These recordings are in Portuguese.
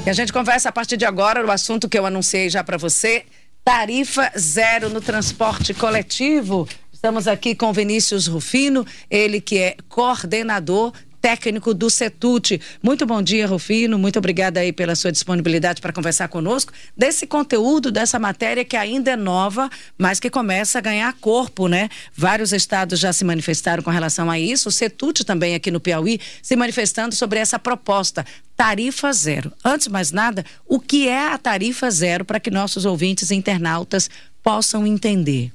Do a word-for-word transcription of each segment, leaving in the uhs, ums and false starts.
E a gente conversa a partir de agora o assunto que eu anunciei já para você, tarifa zero no transporte coletivo. Estamos aqui com Vinícius Rufino, ele que é coordenador técnico do CETUT. Muito bom dia, Rufino, muito obrigada aí pela sua disponibilidade para conversar conosco desse conteúdo, dessa matéria que ainda é nova, mas que começa a ganhar corpo, né? Vários estados já se manifestaram com relação a isso, o CETUT também aqui no Piauí se manifestando sobre essa proposta, tarifa zero. Antes de mais nada, o que é a tarifa zero para que nossos ouvintes e internautas possam entender?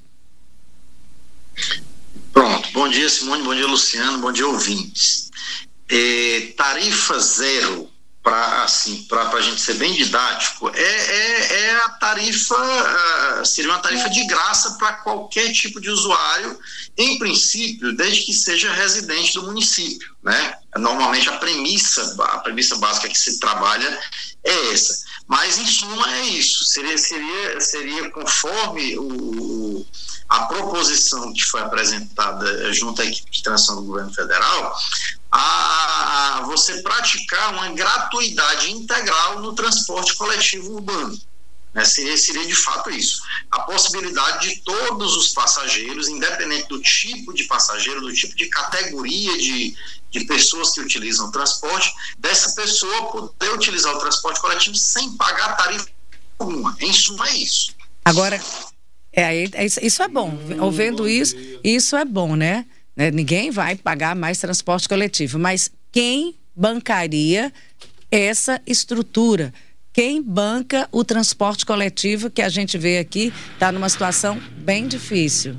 Pronto, bom dia Simone, bom dia Luciano, bom dia ouvintes. É, tarifa zero, para assim, para a gente ser bem didático, é, é, é a tarifa, uh, seria uma tarifa de graça para qualquer tipo de usuário, em princípio, desde que seja residente do município, né? Normalmente a premissa, a premissa básica que se trabalha é essa, mas em suma é isso, seria, seria, seria conforme o a proposição que foi apresentada junto à equipe de transição do governo federal, a você praticar uma gratuidade integral no transporte coletivo urbano. Né? Seria, seria de fato isso. A possibilidade de todos os passageiros, independente do tipo de passageiro, do tipo de categoria de, de pessoas que utilizam o transporte, dessa pessoa poder utilizar o transporte coletivo sem pagar tarifa alguma. Em suma, é isso. Agora... É, é, isso é bom, ouvindo isso, isso é bom, né? né? Ninguém vai pagar mais transporte coletivo, mas quem bancaria essa estrutura? Quem banca o transporte coletivo que a gente vê aqui está numa situação bem difícil?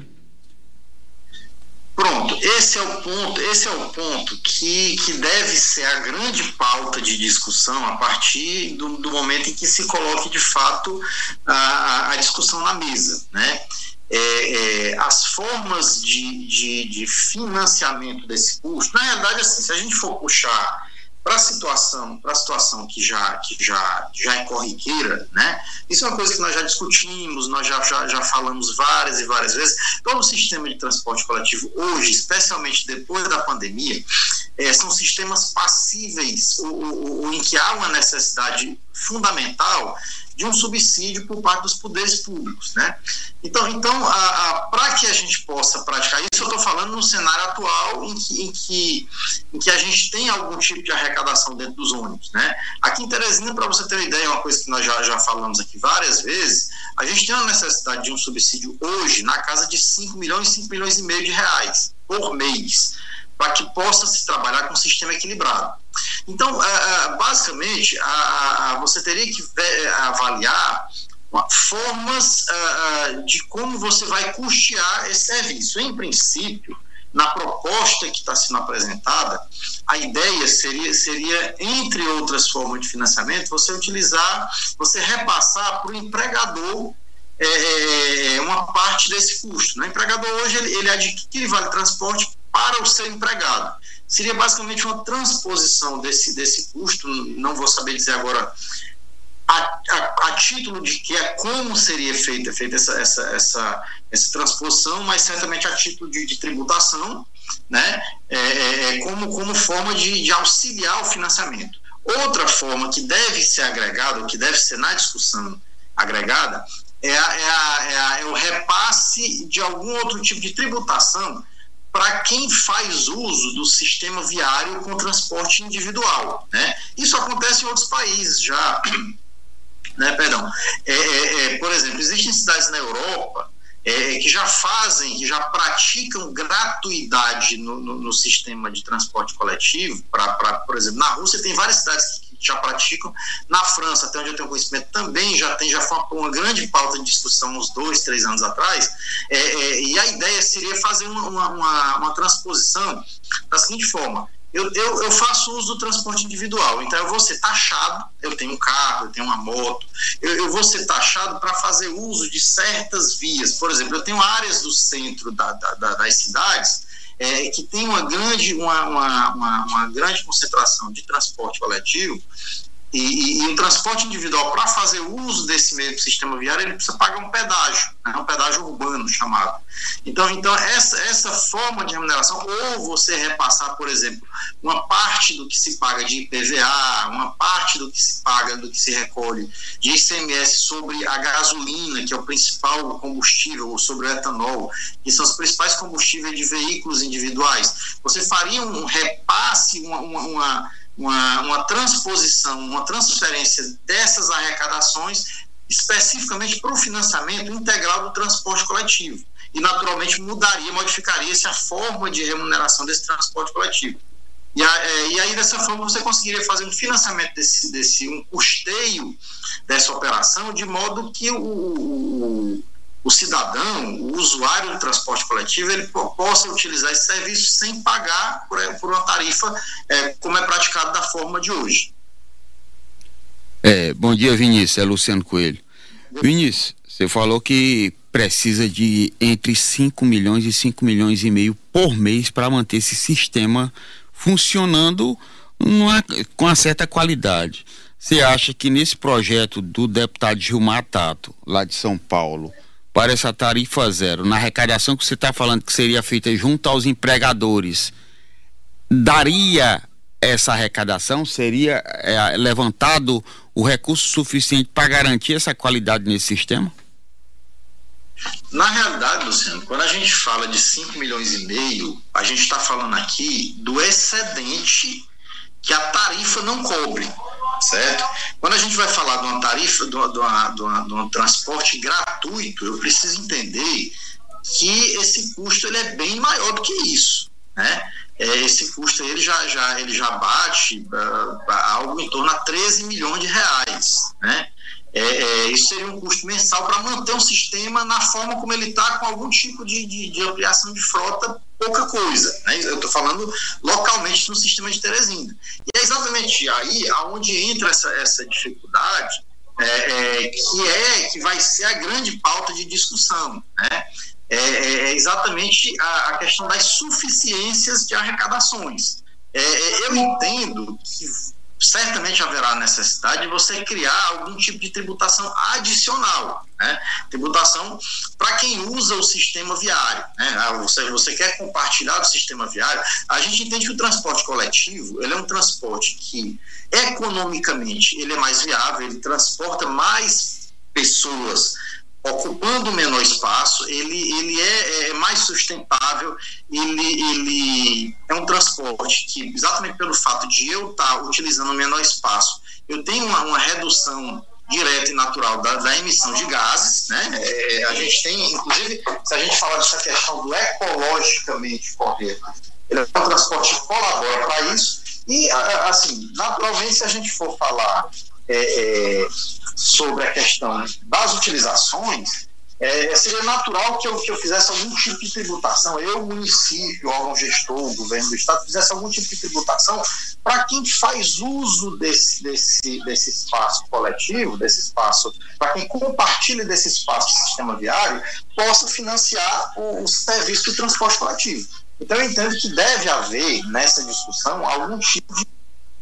Pronto, esse é o ponto, esse é o ponto que, que deve ser a grande pauta de discussão a partir do, do momento em que se coloque de fato a, a discussão na mesa, né? É, é, as formas de, de, de financiamento desse custo, na realidade, assim, se a gente for puxar para a situação, para a situação que já, que já, já é corriqueira, né? Isso é uma coisa que nós já discutimos, nós já, já, já falamos várias e várias vezes. Todo o sistema de transporte coletivo hoje, especialmente depois da pandemia, é, são sistemas passíveis ou, ou, ou em que há uma necessidade fundamental de um subsídio por parte dos poderes públicos, né? Então, então para que a gente possa praticar isso, eu estou falando no cenário atual em que, em, que, em que a gente tem algum tipo de arrecadação dentro dos ônibus, né? Aqui em Teresina, para você ter uma ideia, uma coisa que nós já, já falamos aqui várias vezes, a gente tem uma necessidade de um subsídio hoje na casa de cinco milhões, cinco milhões e meio de reais por mês, para que possa se trabalhar com um sistema equilibrado. Então, basicamente, você teria que avaliar formas de como você vai custear esse serviço. Em princípio, na proposta que está sendo apresentada, a ideia seria, seria, entre outras formas de financiamento, você utilizar, você repassar para o empregador é, uma parte desse custo. O empregador hoje, ele, ele adquire vale transporte para o seu empregado. Seria basicamente uma transposição desse, desse custo, não vou saber dizer agora a, a, a título de que é como seria feita, feita essa, essa, essa, essa transposição, mas certamente a título de, de tributação, né, é, é, como, como forma de, de auxiliar o financiamento. Outra forma que deve ser agregada, ou que deve ser na discussão agregada, é, a, é, a, é, a, é o repasse de algum outro tipo de tributação para quem faz uso do sistema viário com transporte individual, né? Isso acontece em outros países já, né? Perdão. É, é, é, por exemplo, existem cidades na Europa é, que já fazem, que já praticam gratuidade no, no, no sistema de transporte coletivo. Pra, pra, por exemplo, na Rússia tem várias cidades que já praticam. Na França, até onde eu tenho conhecimento, também já tem, já foi uma, uma grande pauta de discussão uns dois, três anos atrás, é, é, e a ideia seria fazer uma, uma, uma transposição da seguinte forma: eu, eu, eu faço uso do transporte individual, então eu vou ser taxado, eu tenho um carro, eu tenho uma moto, eu, eu vou ser taxado para fazer uso de certas vias. Por exemplo, eu tenho áreas do centro da, da, da, das cidades É, que tem uma grande, uma, uma, uma, uma grande concentração de transporte coletivo, E, e, e o transporte individual, para fazer uso desse mesmo sistema viário, ele precisa pagar um pedágio, né, um pedágio urbano chamado. Então, então essa, essa forma de remuneração, ou você repassar, por exemplo, uma parte do que se paga de I P V A, uma parte do que se paga, do que se recolhe de I C M S sobre a gasolina, que é o principal combustível, ou sobre o etanol, que são os principais combustíveis de veículos individuais. Você faria um repasse, uma... uma, uma Uma, uma transposição, uma transferência dessas arrecadações especificamente para o financiamento integral do transporte coletivo. E, naturalmente, mudaria, modificaria-se a forma de remuneração desse transporte coletivo. E, a, é, e aí, dessa forma, você conseguiria fazer um financiamento desse, desse um custeio dessa operação, de modo que o, o, o cidadão, o usuário do transporte coletivo, ele possa utilizar esse serviço sem pagar por, por uma tarifa, é, como é praticado da forma de hoje. É, bom dia, Vinícius, é Luciano Coelho. Vinícius, você falou que precisa de entre cinco milhões e cinco milhões e meio por mês para manter esse sistema funcionando numa, com uma certa qualidade. Você acha que nesse projeto do deputado Gilmar Tato, lá de São Paulo, para essa tarifa zero, na arrecadação que você está falando que seria feita junto aos empregadores, daria essa arrecadação? Seria é, levantado o recurso suficiente para garantir essa qualidade nesse sistema? Na realidade, Luciano, quando a gente fala de cinco milhões e meio, a gente está falando aqui do excedente que a tarifa não cobre, certo? Quando a gente vai falar de uma tarifa, de, uma, de, uma, de, uma, de um transporte gratuito, eu preciso entender que esse custo ele é bem maior do que isso, né? É, esse custo ele já, já, ele já bate uh, algo em torno a treze milhões de reais, né? É, é, isso seria um custo mensal para manter um sistema na forma como ele está, com algum tipo de, de, de ampliação de frota, pouca coisa, né? Eu estou falando localmente no sistema de Teresina. E é exatamente aí aonde entra essa, essa dificuldade, é, é, que, é, que vai ser a grande pauta de discussão, né? É, é exatamente a, a questão das suficiências de arrecadações. É, eu entendo que certamente haverá necessidade de você criar algum tipo de tributação adicional, né? Tributação para quem usa o sistema viário, né? Você, você quer compartilhar o sistema viário. A gente entende que o transporte coletivo ele é um transporte que economicamente ele é mais viável, ele transporta mais pessoas ocupando menor espaço, ele, ele é, é mais sustentável, ele, ele é um transporte que, exatamente pelo fato de eu estar utilizando menor espaço, eu tenho uma, uma redução direta e natural da, da emissão de gases, né? É, a gente tem, inclusive, se a gente falar dessa questão do ecologicamente correto, ele é um transporte que colabora para isso, e, assim, naturalmente, se a gente for falar É, é, sobre a questão das utilizações, é, seria natural que eu, que eu fizesse algum tipo de tributação, eu, o município, órgão gestor, o governo do estado, fizesse algum tipo de tributação para quem faz uso desse, desse, desse espaço coletivo, desse espaço, para quem compartilha desse espaço do sistema viário, possa financiar o, o serviço do transporte coletivo. Então eu entendo que deve haver nessa discussão algum tipo de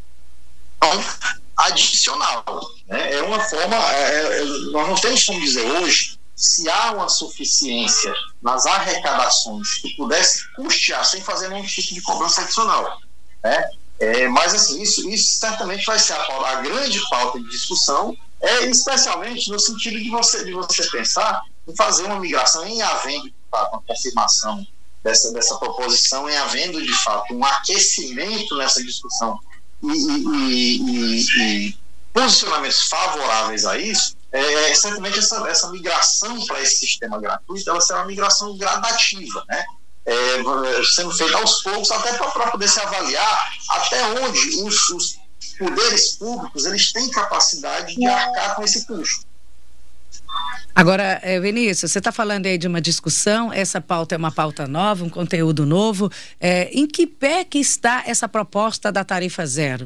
adicional, né? É uma forma, é, é, nós não temos como dizer hoje se há uma suficiência nas arrecadações que pudesse custear sem fazer nenhum tipo de cobrança adicional, né? É, mas assim, isso, isso certamente vai ser a, a grande pauta de discussão, é, especialmente no sentido de você, de você pensar em fazer uma migração, em havendo de fato uma confirmação dessa, dessa proposição, em havendo de fato um aquecimento nessa discussão E, e, e, e posicionamentos favoráveis a isso, é, certamente essa, essa migração para esse sistema gratuito, ela será uma migração gradativa, né? É, sendo feita aos poucos, até para poder se avaliar até onde os, os poderes públicos eles têm capacidade de arcar com esse custo. Agora, Vinícius, você está falando aí de uma discussão, essa pauta é uma pauta nova, um conteúdo novo. É, em que pé que está essa proposta da tarifa zero?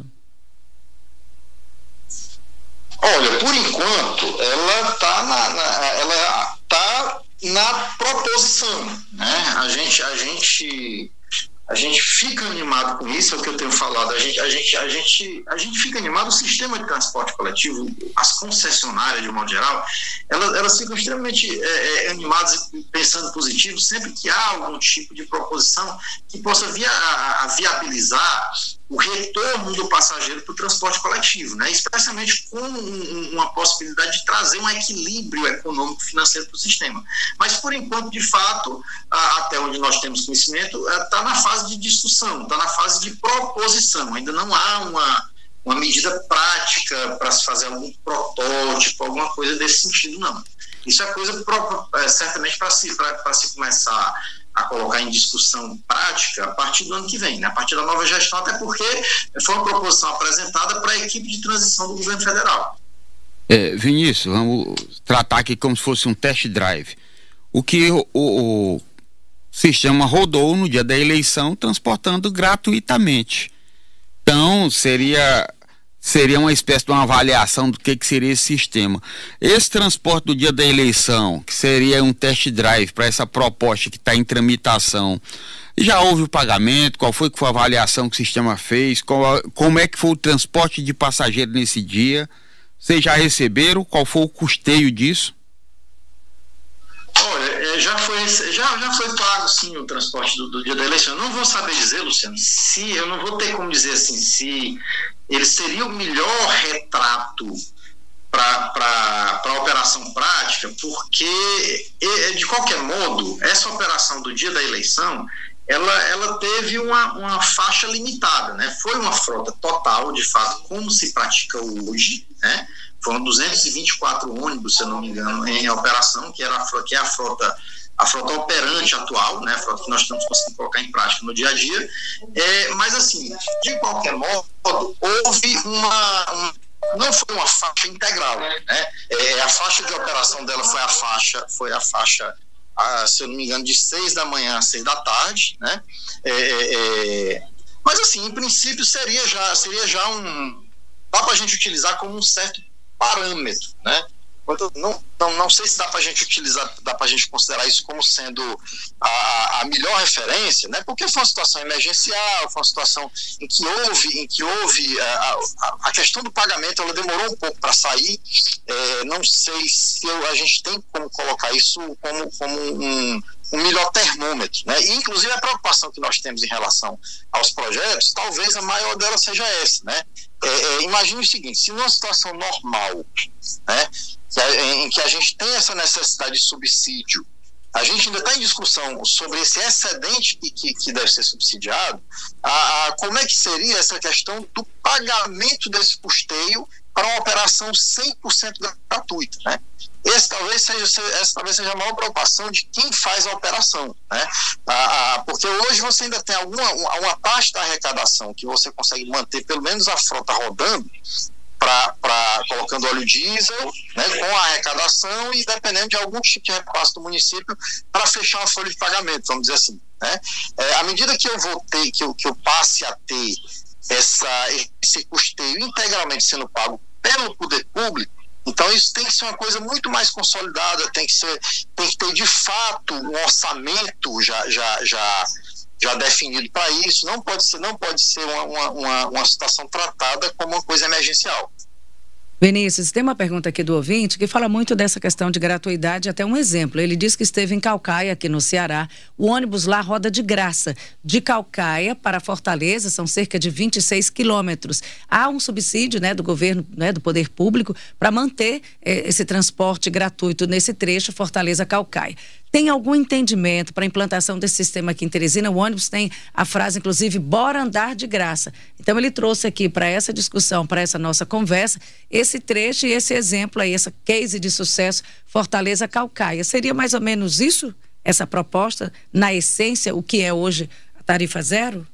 Olha, por enquanto, ela está na, na, ela tá na proposição, né? A gente, a gente a gente fica animado com isso, é o que eu tenho falado, a gente, a gente, a gente, a gente fica animado, o sistema de transporte coletivo, as concessionárias, de modo geral, elas, elas ficam extremamente é, é, animadas e pensando positivo sempre que há algum tipo de proposição que possa via, a, a viabilizar o retorno do passageiro para o transporte coletivo, né? Especialmente com um, uma possibilidade de trazer um equilíbrio econômico financeiro para o sistema. Mas, por enquanto, de fato, a, até onde nós temos conhecimento, está na fase de discussão, está na fase de proposição. Ainda não há uma, uma medida prática para se fazer algum protótipo, alguma coisa desse sentido, não. Isso é coisa pro, é, certamente para se, para se começar a colocar em discussão prática a partir do ano que vem, né? A partir da nova gestão, até porque foi uma proposição apresentada para a equipe de transição do governo federal. É, Vinícius, vamos tratar aqui como se fosse um test drive. O que o, o, o sistema rodou no dia da eleição, transportando gratuitamente. Então, seria... seria uma espécie de uma avaliação do que, que seria esse sistema. Esse transporte do dia da eleição, que seria um test drive para essa proposta que está em tramitação, já houve o pagamento? Qual foi, que foi a avaliação que o sistema fez? Qual, como é que foi o transporte de passageiro nesse dia? Vocês já receberam? Qual foi o custeio disso? Olha, já foi, já, já foi pago sim o transporte do, do dia da eleição. Eu não vou saber dizer, Luciano, se eu não vou ter como dizer assim, se ele seria o melhor retrato para a operação prática, porque, de qualquer modo, essa operação do dia da eleição, ela, ela teve uma, uma faixa limitada, né? Foi uma frota total, de fato, como se pratica hoje, né? Foram duzentos e vinte e quatro ônibus, se eu não me engano, em operação, que, era a, que é a frota a frota operante atual, né, a frota que nós estamos conseguindo colocar em prática no dia a dia, é, mas assim, de qualquer modo, houve uma, um, não foi uma faixa integral, né, é, a faixa de operação dela foi a faixa, foi a faixa, a, se eu não me engano, de seis da manhã a seis da tarde, né, é, é, mas assim, em princípio seria já, seria já um, dá para a gente utilizar como um certo parâmetro, né. Não, não, não sei se dá para a gente utilizar, dá para a gente considerar isso como sendo a, a melhor referência, né? Porque foi uma situação emergencial, foi uma situação em que houve, em que houve a, a, a questão do pagamento, ela demorou um pouco para sair. É, não sei se eu, a gente tem como colocar isso como, como um, um melhor termômetro, né? E, inclusive, a preocupação que nós temos em relação aos projetos, talvez a maior dela seja essa, né? É, é, imagine o seguinte: se numa situação normal, né, em que a gente tem essa necessidade de subsídio, a gente ainda está em discussão sobre esse excedente que, que, que deve ser subsidiado, a, a, como é que seria essa questão do pagamento desse custeio para uma operação cem por cento gratuita, né? Esse talvez seja, essa talvez seja a maior preocupação de quem faz a operação, né? Ah, porque hoje você ainda tem alguma uma taxa da arrecadação que você consegue manter pelo menos a frota rodando, pra, pra, colocando óleo diesel, né, com a arrecadação e dependendo de algum tipo de repasse do município para fechar uma folha de pagamento, vamos dizer assim, né? É, à medida que eu vou ter, que eu, que eu passe a ter essa, esse custeio integralmente sendo pago pelo poder público, então isso tem que ser uma coisa muito mais consolidada, tem que ser, tem que ter de fato um orçamento já, já, já, já definido para isso, não pode ser, não pode ser uma, uma, uma situação tratada como uma coisa emergencial. Vinícius, tem uma pergunta aqui do ouvinte que fala muito dessa questão de gratuidade, até um exemplo. Ele diz que esteve em Caucaia, aqui no Ceará. O ônibus lá roda de graça. De Caucaia para Fortaleza são cerca de vinte e seis quilômetros. Há um subsídio, né, do governo, né, do poder público, para manter eh, esse transporte gratuito nesse trecho Fortaleza-Caucaia. Tem algum entendimento para a implantação desse sistema aqui em Teresina? O ônibus tem a frase, inclusive, bora andar de graça. Então, ele trouxe aqui para essa discussão, para essa nossa conversa, esse trecho e esse exemplo aí, essa case de sucesso Fortaleza-Caucaia. Seria mais ou menos isso, essa proposta, na essência, o que é hoje a tarifa zero?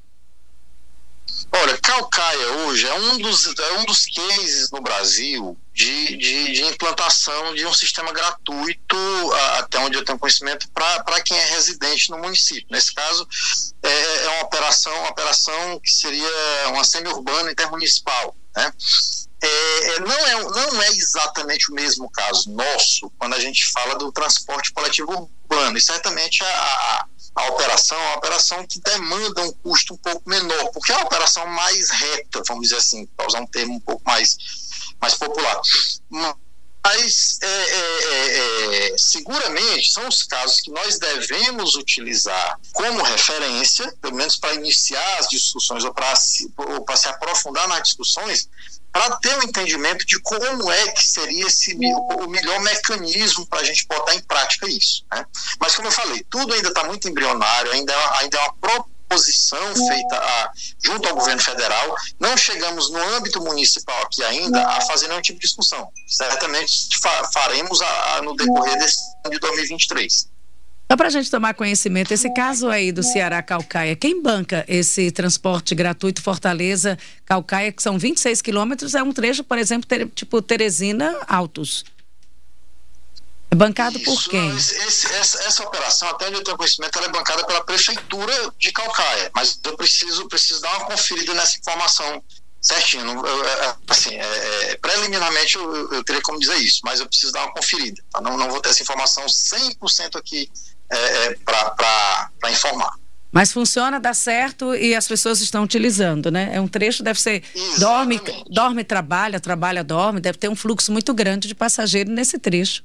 Olha, Caucaia hoje é um dos, é um dos cases no Brasil de, de, de implantação de um sistema gratuito, até onde eu tenho conhecimento, para quem é residente no município. Nesse caso, é, é uma operação, uma operação que seria uma semi-urbana intermunicipal, né? É, não, é, não é exatamente o mesmo caso nosso quando a gente fala do transporte coletivo urbano, e certamente a, a a operação é uma operação que demanda um custo um pouco menor, porque é uma operação mais reta, vamos dizer assim, para usar um termo um pouco mais, mais popular. Mas, é, é, é, seguramente, são os casos que nós devemos utilizar como referência, pelo menos para iniciar as discussões ou para se, ou para se aprofundar nas discussões, para ter um entendimento de como é que seria esse, o melhor mecanismo para a gente botar em prática isso, né? Mas, como eu falei, tudo ainda está muito embrionário, ainda, ainda é uma proposição feita a, junto ao governo federal. Não chegamos no âmbito municipal aqui ainda a fazer nenhum tipo de discussão. Certamente fa, faremos a, a, no decorrer desse ano de dois mil e vinte e três. Só para a gente tomar conhecimento, esse caso aí do Ceará Caucaia, quem banca esse transporte gratuito Fortaleza Caucaia, que são vinte e seis quilômetros, é um trecho, por exemplo, ter, tipo Teresina Altos. É bancado Isso, por quem? Esse, essa, essa operação, até onde eu tenho conhecimento, ela é bancada pela Prefeitura de Caucaia, mas eu preciso, preciso dar uma conferida nessa informação certinho. Eu, assim, é, preliminarmente eu, eu teria como dizer isso, mas eu preciso dar uma conferida. Tá? Não, não vou ter essa informação cem por cento aqui É, é, para informar. Mas funciona, dá certo e as pessoas estão utilizando, né? É um trecho, deve ser dorme, dorme, trabalha, trabalha, dorme, deve ter um fluxo muito grande de passageiros nesse trecho.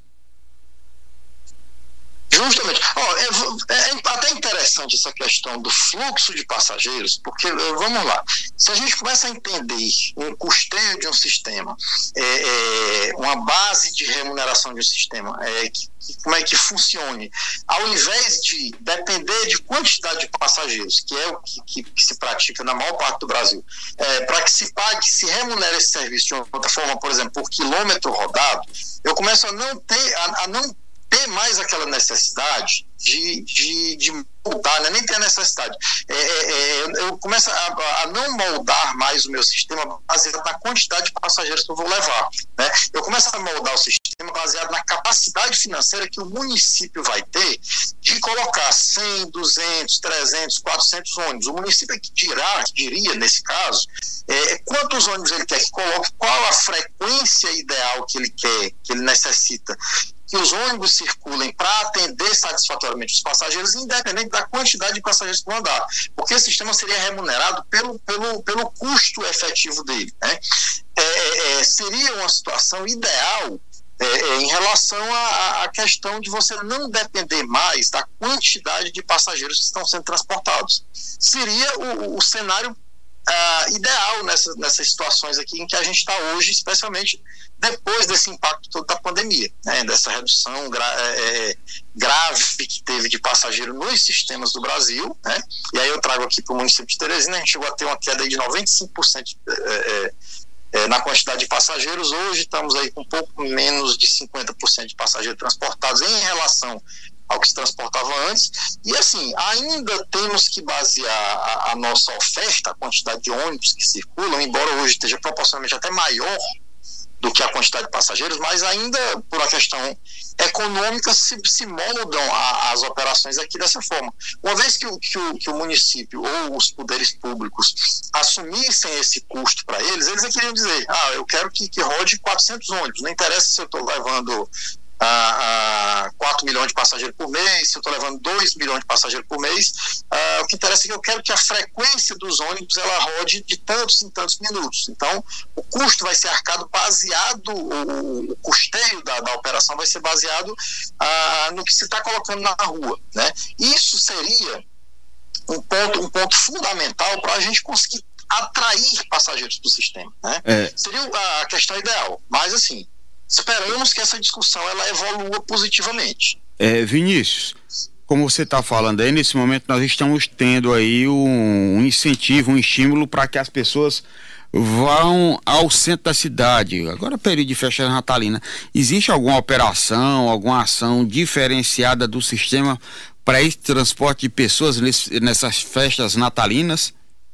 Justamente. Oh, é, é até interessante essa questão do fluxo de passageiros, porque, vamos lá, se a gente começa a entender um custeio de um sistema, é, é, uma base de remuneração de um sistema, é, que, que, como é que funcione, ao invés de depender de quantidade de passageiros, que é o que, que, que se pratica na maior parte do Brasil, é, para que se pague, se remunere esse serviço de outra forma, por exemplo, por quilômetro rodado, eu começo a não ter, a, a não ter mais aquela necessidade de, de, de moldar, né? Nem ter a necessidade. É, é, eu começo a, a não moldar mais o meu sistema baseado na quantidade de passageiros que eu vou levar, né? Eu começo a moldar o sistema baseado na capacidade financeira que o município vai ter de colocar cem, duzentos, trezentos, quatrocentos ônibus. O município é que dirá, que diria nesse caso, é, quantos ônibus ele quer que coloque, qual a frequência ideal que ele quer, que ele necessita, que os ônibus circulem para atender satisfatoriamente os passageiros, independente da quantidade de passageiros que vão andar, porque o sistema seria remunerado pelo, pelo, pelo custo efetivo dele, né? É, é, seria uma situação ideal é, é, em relação à questão de você não depender mais da quantidade de passageiros que estão sendo transportados. Seria o, o cenário Uh, ideal nessas, nessas situações aqui em que a gente está hoje, especialmente depois desse impacto todo da pandemia, né, dessa redução gra é, grave que teve de passageiro nos sistemas do Brasil, né? E aí eu trago aqui para o município de Teresina, a gente chegou a ter uma queda aí de noventa e cinco por cento é, é, na quantidade de passageiros. Hoje estamos aí com um pouco menos de cinquenta por cento de passageiros transportados em relação ao que se transportava antes, e assim, ainda temos que basear a, a nossa oferta, a quantidade de ônibus que circulam, embora hoje esteja proporcionalmente até maior do que a quantidade de passageiros, mas ainda por uma questão econômica se, se moldam a, as operações aqui dessa forma. Uma vez que o, que, o, que o município ou os poderes públicos assumissem esse custo para eles, eles queriam dizer, ah, eu quero que, que rode quatrocentos ônibus, não interessa se eu estou levando a, a quatro milhões de passageiros por mês, se eu estou levando dois milhões de passageiros por mês, uh, o que interessa é que eu quero que a frequência dos ônibus ela rode de tantos em tantos minutos. Então, o custo vai ser arcado baseado, o, o custeio da, da operação vai ser baseado uh, no que se está colocando na rua, né? Isso seria um ponto, um ponto fundamental para a gente conseguir atrair passageiros do sistema, né? É. Seria a questão ideal, mas assim, esperamos que essa discussão ela evolua positivamente. É, Vinícius, como você está falando aí, nesse momento nós estamos tendo aí um, um incentivo, um estímulo para que as pessoas vão ao centro da cidade. Agora, período de festa natalina, existe alguma operação, alguma ação diferenciada do sistema para esse transporte de pessoas nesse, nessas festas natalinas?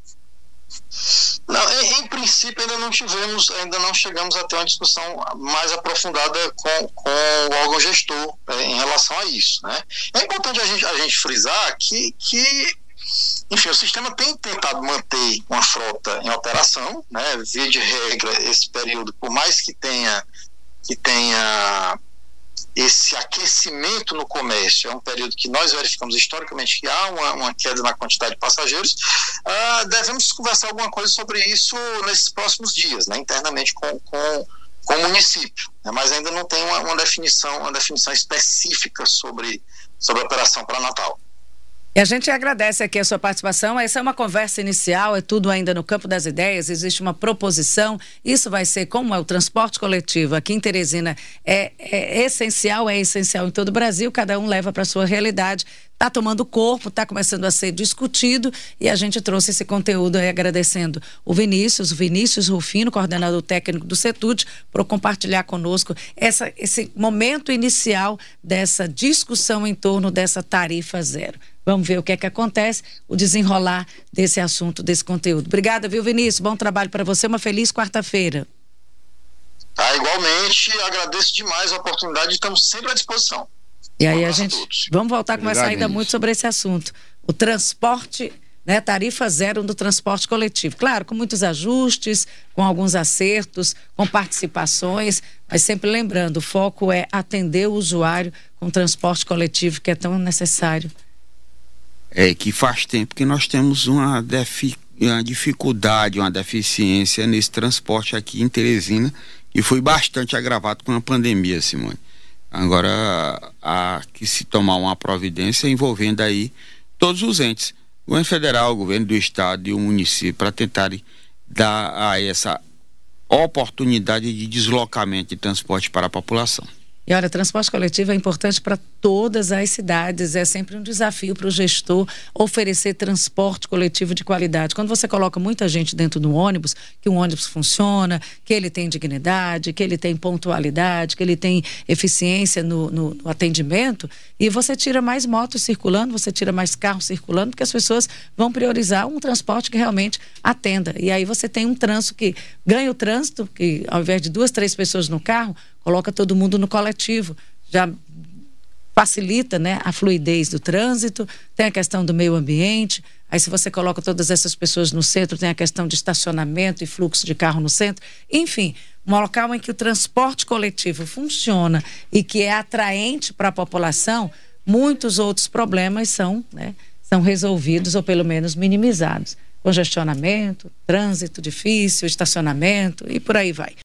Não, em, em princípio ainda não tivemos, ainda não chegamos a ter uma discussão mais aprofundada com, com o órgão gestor é, em relação a isso, né? É importante a gente, a gente frisar que, que, enfim, o sistema tem tentado manter uma frota em operação, né? Via de regra, esse período, por mais que tenha, que tenha esse aquecimento no comércio é um período que nós verificamos historicamente que há uma, uma queda na quantidade de passageiros, uh, devemos conversar alguma coisa sobre isso nesses próximos dias, né, internamente com, com, com o município, né, mas ainda não tem uma, uma definição, uma definição específica sobre, sobre a operação para Natal. E a gente agradece aqui a sua participação. Essa é uma conversa inicial, é tudo ainda no campo das ideias, existe uma proposição. Isso vai ser como é o transporte coletivo aqui em Teresina, é, é essencial, é essencial em todo o Brasil, cada um leva para a sua realidade. Está tomando corpo, está começando a ser discutido e a gente trouxe esse conteúdo aí agradecendo o Vinícius, o Vinícius Rufino, coordenador técnico do CETUD, por compartilhar conosco essa, esse momento inicial dessa discussão em torno dessa tarifa zero. Vamos ver o que é que acontece, o desenrolar desse assunto, desse conteúdo. Obrigada, viu, Vinícius? Bom trabalho para você, uma feliz quarta-feira. Ah, igualmente, agradeço demais a oportunidade, estamos sempre à disposição. E aí a gente, vamos voltar a conversar ainda muito sobre esse assunto. O transporte, né, tarifa zero do transporte coletivo. Claro, com muitos ajustes, com alguns acertos, com participações, mas sempre lembrando, o foco é atender o usuário com o transporte coletivo que é tão necessário. É que faz tempo que nós temos uma, defi, uma dificuldade, uma deficiência nesse transporte aqui em Teresina, e foi bastante agravado com a pandemia, Simone. Agora, há que se tomar uma providência envolvendo aí todos os entes, o governo federal, o governo do estado e o município, para tentarem dar a essa oportunidade de deslocamento de transporte para a população. E olha, transporte coletivo é importante para todas as cidades, é sempre um desafio para o gestor oferecer transporte coletivo de qualidade. Quando você coloca muita gente dentro do ônibus, que o ônibus funciona, que ele tem dignidade, que ele tem pontualidade, que ele tem eficiência no, no, no atendimento, e você tira mais motos circulando, você tira mais carros circulando, porque as pessoas vão priorizar um transporte que realmente atenda. E aí você tem um trânsito que ganha o trânsito, que ao invés de duas, três pessoas no carro, coloca todo mundo no coletivo, já facilita, né, a fluidez do trânsito, tem a questão do meio ambiente, aí se você coloca todas essas pessoas no centro, tem a questão de estacionamento e fluxo de carro no centro, enfim, um local em que o transporte coletivo funciona e que é atraente para a população, muitos outros problemas são, né, são resolvidos ou pelo menos minimizados. Congestionamento, trânsito difícil, estacionamento e por aí vai.